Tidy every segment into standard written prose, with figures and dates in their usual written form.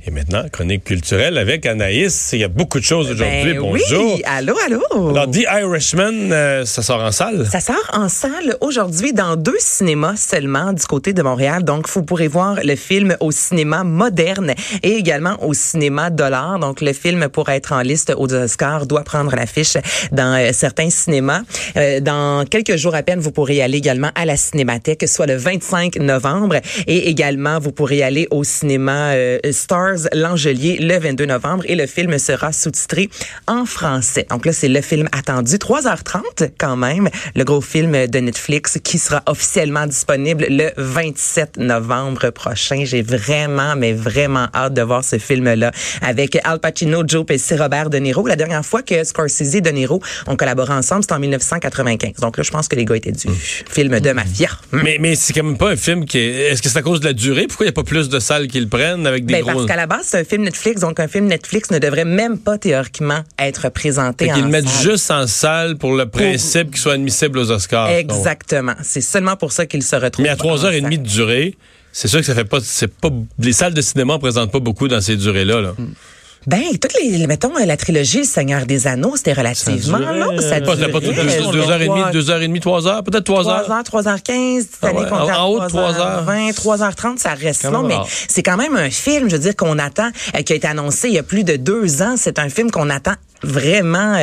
Et maintenant, chronique culturelle avec Anaïs. Il y a beaucoup de choses aujourd'hui. Bonjour. Oui, allô. Alors, The Irishman, ça sort en salle? Ça sort en salle aujourd'hui dans 2 cinémas seulement du côté de Montréal. Donc, vous pourrez voir le film au cinéma Moderne et également au cinéma Dollar. Donc, le film, pour être en liste aux Oscars, doit prendre l'affiche dans certains cinémas. Dans quelques jours à peine, vous pourrez y aller également à la Cinémathèque, soit le 25 novembre. Et également, vous pourrez y aller au cinéma Stars L'Angelier le 22 novembre et le film sera sous-titré en français. Donc là, c'est le film attendu. 3h30 quand même, le gros film de Netflix qui sera officiellement disponible le 27 novembre prochain. J'ai vraiment hâte de voir ce film-là avec Al Pacino, Joe Pesci, Robert De Niro. La dernière fois que Scorsese et De Niro ont collaboré ensemble, c'était en 1995. Donc là, je pense que les gars étaient du film de mafia. Mais c'est quand même pas un film qui est... Est-ce que c'est à cause de la durée? Pourquoi il n'y a pas plus de salles qui le prennent avec des gros... Parce qu'à la base, c'est un film Netflix, donc un film Netflix ne devrait même pas théoriquement être présenté en salle. Ils le mettent juste en salle pour le principe qu'il soit admissible aux Oscars. Exactement. C'est seulement pour ça qu'il se retrouve. Mais à 3h30 de durée, c'est sûr que ça fait pas... Les salles de cinéma ne présentent pas beaucoup dans ces durées-là. Là. Mettons, la trilogie Le Seigneur des Anneaux, c'était relativement long. Ça durait. Pas 2h30, 3h, peut-être 3h. 3h15, Titanic, en haut de 3h20, 3h30, ça reste long, mais c'est quand même un film, je veux dire, qu'on attend, qui a été annoncé il y a plus de 2 ans. C'est un film qu'on attend vraiment,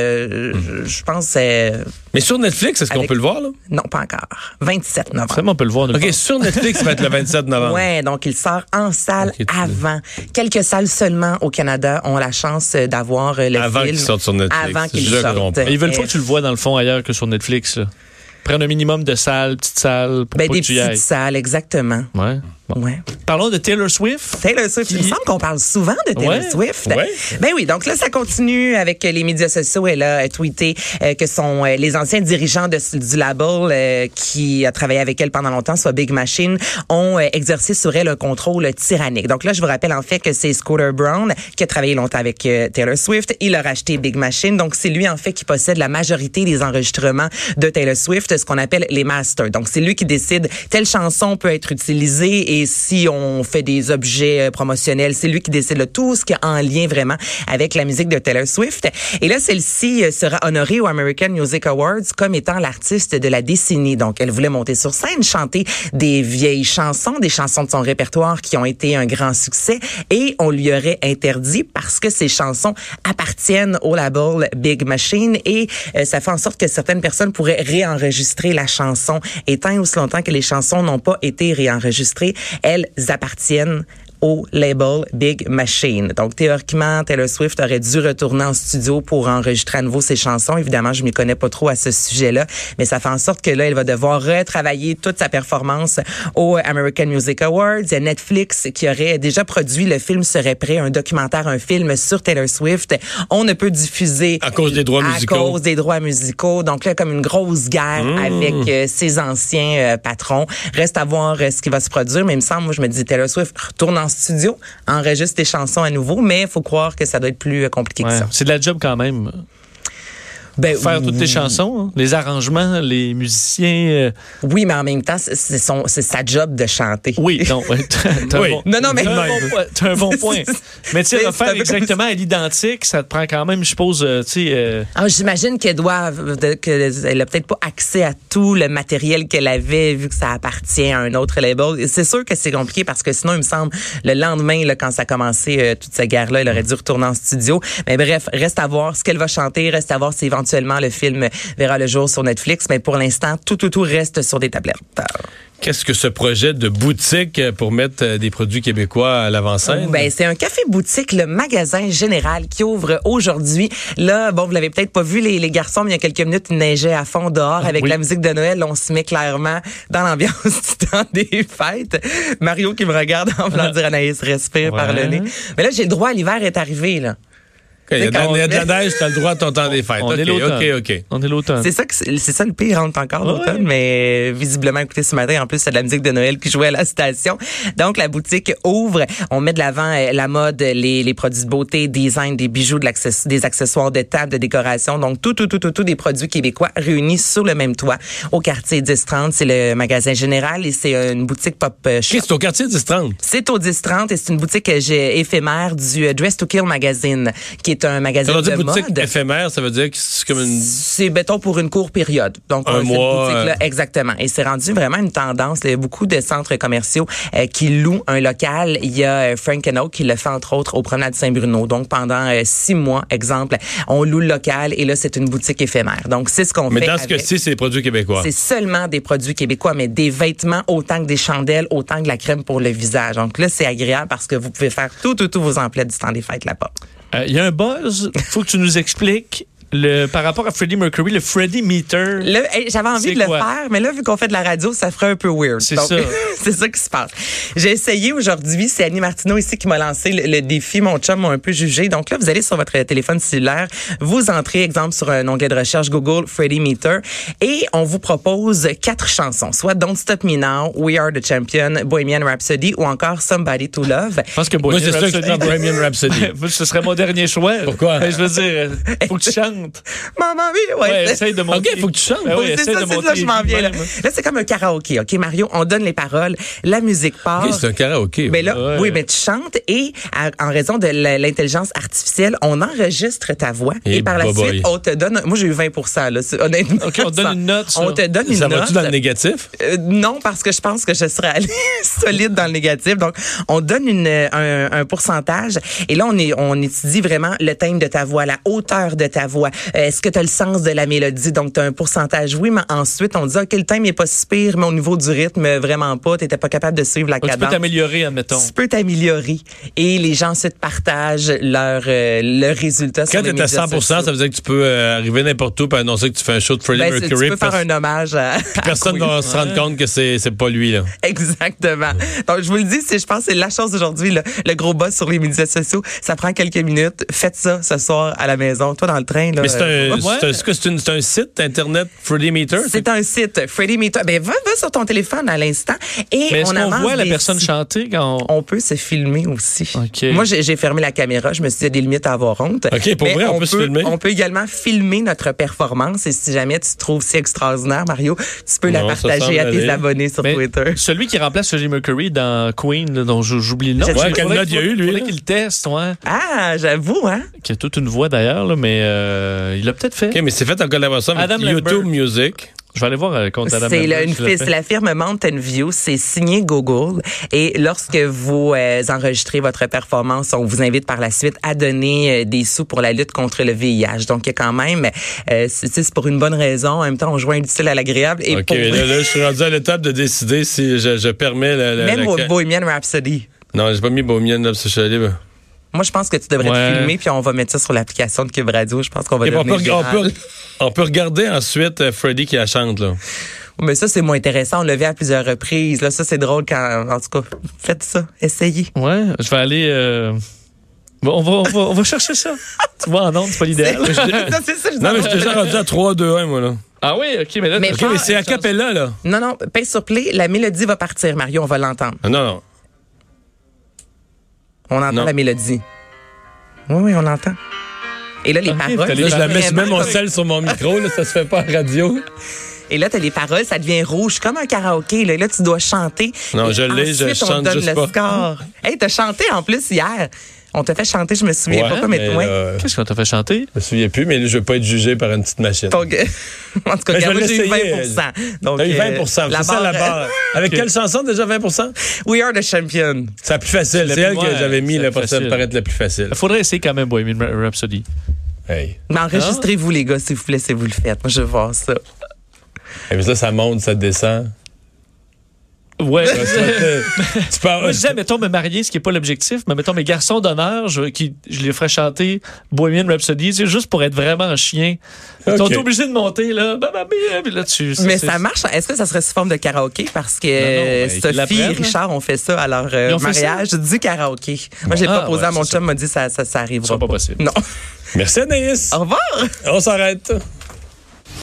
je pense... Mais sur Netflix, est-ce qu'on peut le voir, là? Non, pas encore. 27 novembre. Vraiment, on peut le voir. OK, sur Netflix, ça va être le 27 novembre. Ouais, donc il sort en salle avant. Quelques salles seulement au Canada ont la chance d'avoir le film. Avant qu'il sorte sur Netflix. Avant qu'il sorte. Ils veulent pas que tu le vois, dans le fond, ailleurs que sur Netflix, là. Prendre un minimum de salles, petites salles, pour pas des que tu y ailles. petites salles, exactement. Ouais. Bon. Ouais. Parlons de Taylor Swift. Taylor Swift, il me semble qu'on parle souvent de Taylor Swift. Ouais. Ben oui, donc là, ça continue avec les médias sociaux. Elle a tweeté que sont les anciens dirigeants du label qui a travaillé avec elle pendant longtemps, soit Big Machine, ont exercé sur elle un contrôle tyrannique. Donc là, je vous rappelle en fait que c'est Scooter Braun qui a travaillé longtemps avec Taylor Swift. Il a racheté Big Machine. Donc c'est lui en fait qui possède la majorité des enregistrements de Taylor Swift, ce qu'on appelle les masters. Donc c'est lui qui décide telle chanson peut être utilisée et si on fait des objets promotionnels, c'est lui qui décide de tout ce qui est en lien vraiment avec la musique de Taylor Swift. Et là, celle-ci sera honorée aux American Music Awards comme étant l'artiste de la décennie. Donc, elle voulait monter sur scène, chanter des vieilles chansons, des chansons de son répertoire qui ont été un grand succès et on lui aurait interdit parce que ces chansons appartiennent au label Big Machine et ça fait en sorte que certaines personnes pourraient réenregistrer la chanson. Et tant et aussi longtemps que les chansons n'ont pas été réenregistrées, elles appartiennent au label Big Machine. Donc, théoriquement, Taylor Swift aurait dû retourner en studio pour enregistrer à nouveau ses chansons. Évidemment, je m'y connais pas trop à ce sujet-là, mais ça fait en sorte que là, elle va devoir retravailler toute sa performance aux American Music Awards. Il y a Netflix qui aurait déjà produit, le film serait prêt, un documentaire, un film sur Taylor Swift. On ne peut diffuser... À cause des droits musicaux. À cause des droits musicaux. Donc là, comme une grosse guerre avec ses anciens patrons. Reste à voir ce qui va se produire, mais il me semble, moi, je me dis, Taylor Swift retourne en studio, enregistre des chansons à nouveau, mais il faut croire que ça doit être plus compliqué que ça. C'est de la job quand même. Faire toutes tes chansons, hein? Les arrangements, les musiciens. Oui, mais en même temps, c'est sa job de chanter. Oui, non, t'as un bon point. Mais tu sais, refaire exactement à l'identique, ça te prend quand même, je suppose, tu sais. J'imagine qu'elle a peut-être pas accès à tout le matériel qu'elle avait vu que ça appartient à un autre label. C'est sûr que c'est compliqué parce que sinon, il me semble, le lendemain, là, quand ça a commencé toute cette guerre-là, elle aurait dû retourner en studio. Mais bref, reste à voir ce qu'elle va chanter, reste à voir si éventuellement le film verra le jour sur Netflix, mais pour l'instant, tout reste sur des tablettes. Qu'est-ce que ce projet de boutique pour mettre des produits québécois à l'avant-scène? C'est un café-boutique, le Magasin Général, qui ouvre aujourd'hui. Là, vous l'avez peut-être pas vu, les garçons, mais il y a quelques minutes, il neigeait à fond dehors avec la musique de Noël. On se met clairement dans l'ambiance du temps des fêtes. Mario qui me regarde en voulant dire Anaïs, respire par le nez. Mais là, j'ai le droit, l'hiver est arrivé, là. Il y a de la neige, t'as le droit à ton temps des fêtes. On est l'automne. OK. On est l'automne. C'est ça le pire, rentre encore l'automne, mais visiblement, écoutez, ce matin, en plus, c'est de la musique de Noël qui jouait à la station. Donc, la boutique ouvre. On met de l'avant la mode, les produits de beauté, design, des bijoux, des accessoires de table, de décoration. Donc, tout des produits québécois réunis sur le même toit au quartier 1030. C'est le magasin général et c'est une boutique pop shop. C'est au quartier 1030. C'est au 1030 et c'est une boutique éphémère du Dress to Kill magazine, qui est un magazine de mode. Boutique éphémère, ça veut dire que c'est comme une... C'est, mettons, pour une courte période. Donc, un mois. Cette boutique-là, exactement. Et c'est rendu vraiment une tendance. Il y a beaucoup de centres commerciaux qui louent un local. Il y a Frank & Oak qui le fait, entre autres, au Promenade Saint-Bruno. Donc, pendant 6 mois, exemple, on loue le local et là, c'est une boutique éphémère. Donc, c'est ce qu'on fait. Mais dans ce cas-ci, c'est des produits québécois. C'est seulement des produits québécois, mais des vêtements autant que des chandelles, autant que de la crème pour le visage. Donc là, c'est agréable parce que vous pouvez faire tous vos emplettes du temps des fêtes là-bas. Il y a un buzz. Faut que tu nous expliques par rapport à Freddie Mercury, le Freddie Meter. J'avais envie de le faire, mais là, vu qu'on fait de la radio, ça ferait un peu weird. C'est donc, ça. C'est ça qui se passe. J'ai essayé aujourd'hui. C'est Annie Martineau ici qui m'a lancé le défi. Mon chum m'a un peu jugé. Donc là, vous allez sur votre téléphone cellulaire, vous entrez, exemple, sur un onglet de recherche Google Freddie Meter et on vous propose 4 chansons, soit Don't Stop Me Now, We Are the Champion, Bohemian Rhapsody ou encore Somebody to Love. Je pense que Moi, c'est ça que je prends Bohemian Rhapsody. Ce serait mon dernier choix. Pourquoi? Je veux dire, faut que tu chantes. Maman, oui, ouais, essaye de monter. OK, faut que tu chantes. Ben oui, c'est ça, je m'en viens là. Là, c'est comme un karaoké. OK, Mario, on donne les paroles, la musique part. Oui, c'est un karaoké. Mais là, oui, mais tu chantes et en raison de l'intelligence artificielle, on enregistre ta voix et par la suite, on te donne. Moi, j'ai eu 20%, là. Honnêtement. OK, on te donne une note. On te donne une note. Ça va-tu dans le négatif? Non, parce que je pense que je serais allée solide dans le négatif. Donc, on donne un pourcentage et là, on étudie vraiment le thème de ta voix, la hauteur de ta voix. Est-ce que tu as le sens de la mélodie? Donc, tu as un pourcentage. Oui, mais ensuite, on dit, OK, le thème est pas si pire, mais au niveau du rythme, vraiment pas. Tu n'étais pas capable de suivre la cadence. Tu peux t'améliorer, admettons. Tu peux t'améliorer. Et les gens ensuite partagent leur résultat sur les médias sociaux. Quand tu es à 100%, ça veut dire que tu peux arriver n'importe où et annoncer que tu fais un show de Freddie Mercury. Tu peux faire un hommage à personne ne va se rendre compte que c'est pas lui, là. Exactement. Donc, je vous le dis, je pense que c'est la chose d'aujourd'hui, le gros buzz sur les médias sociaux. Ça prend quelques minutes. Faites ça ce soir à la maison. Toi, dans le train, là. Mais c'est un site Internet, Freddie Meter? C'est un site, Freddie Meter. Ben, va sur ton téléphone à l'instant et mais est-ce qu'on voit la personne chanter quand on peut se filmer aussi. Okay. Moi, j'ai fermé la caméra. Je me suis dit, il y a des limites à avoir honte. OK, pour vrai, on peut se filmer? On peut également filmer notre performance et si jamais tu te trouves si extraordinaire, Mario, tu peux la partager à tes abonnés sur Twitter. Celui qui remplace Freddie Mercury dans Queen, là, dont j'oublie le nom. Ouais, quelle note il y a eu, lui? Il faudrait qu'il le teste, ouais. Ah, j'avoue, hein? Qui a toute une voix d'ailleurs, là, mais il l'a peut-être fait. OK, mais c'est fait en collaboration avec YouTube Music. Je vais aller voir contre Adam C'est la firme Mountain View, c'est signé Google. Et lorsque vous enregistrez votre performance, on vous invite par la suite à donner des sous pour la lutte contre le VIH. Donc, il y a quand même, c'est pour une bonne raison. En même temps, on joint l'utile à l'agréable. Et OK, là, je suis rendu à l'étape de décider si je permets même Bohemian Rhapsody. Non, j'ai pas mis Bohemian Rhapsody. Moi, je pense que tu devrais te filmer, puis on va mettre ça sur l'application de Cube Radio. Je pense qu'on va devenir viral. On peut regarder ensuite Freddie qui la chante, là. Mais ça, c'est moins intéressant. On l'a vu à plusieurs reprises. Là, ça, c'est drôle quand... En tout cas, faites ça. Essayez. Ouais, je vais aller... On va chercher ça. Tu vois, en ondes, c'est pas l'idéal. C'est ça, non, mais je suis déjà rendu à 3-2-1, moi, là. Ah oui, OK, mais là... Mais c'est a cappella, là. Non, pèse sur play. La mélodie va partir, Mario. On va l'entendre. Non. On entend la mélodie. Oui, on l'entend. Et là, les paroles... Là, je mets mon sel sur mon micro, là, ça se fait pas en radio. Et là, t'as les paroles, ça devient rouge, comme un karaoké. Là, tu dois chanter. Non, je chante juste pas. Score. Hey, t'as chanté en plus hier. On t'a fait chanter, je me souviens pas, mais toi. Qu'est-ce qu'on t'a fait chanter? Je me souviens plus, mais là, je veux pas être jugé par une petite machine. Donc, en tout cas, j'ai eu 20%. Donc, t'as eu 20%, c'est ça la barre. Avec quelle chanson déjà 20%? We Are the Champion. C'est la plus facile. C'est elle que j'avais mis là, pour ça me paraître la plus facile. Il faudrait essayer quand même Bohemian Rhapsody. Hey. Mais enregistrez-vous, les gars, s'il vous plaît, si vous le faites. Moi, je veux voir ça. Et puis là, ça monte, ça descend. Ouais. Tu peux Moi, je disais, mettons, me marier, ce qui n'est pas l'objectif, mais mettons, mes garçons d'honneur, je les ferais chanter Bohemian Rhapsody, tu sais, juste pour être vraiment chien. Ils sont obligés de monter, là. Puis là mais ça marche. Est-ce que ça serait sous forme de karaoké? Parce que Sophie et Richard ont fait ça à leur mariage du karaoké. Moi, j'ai proposé à mon chum, m'a dit ça arrivera pas possible. Non. Merci, Anaïs. Au revoir. On s'arrête.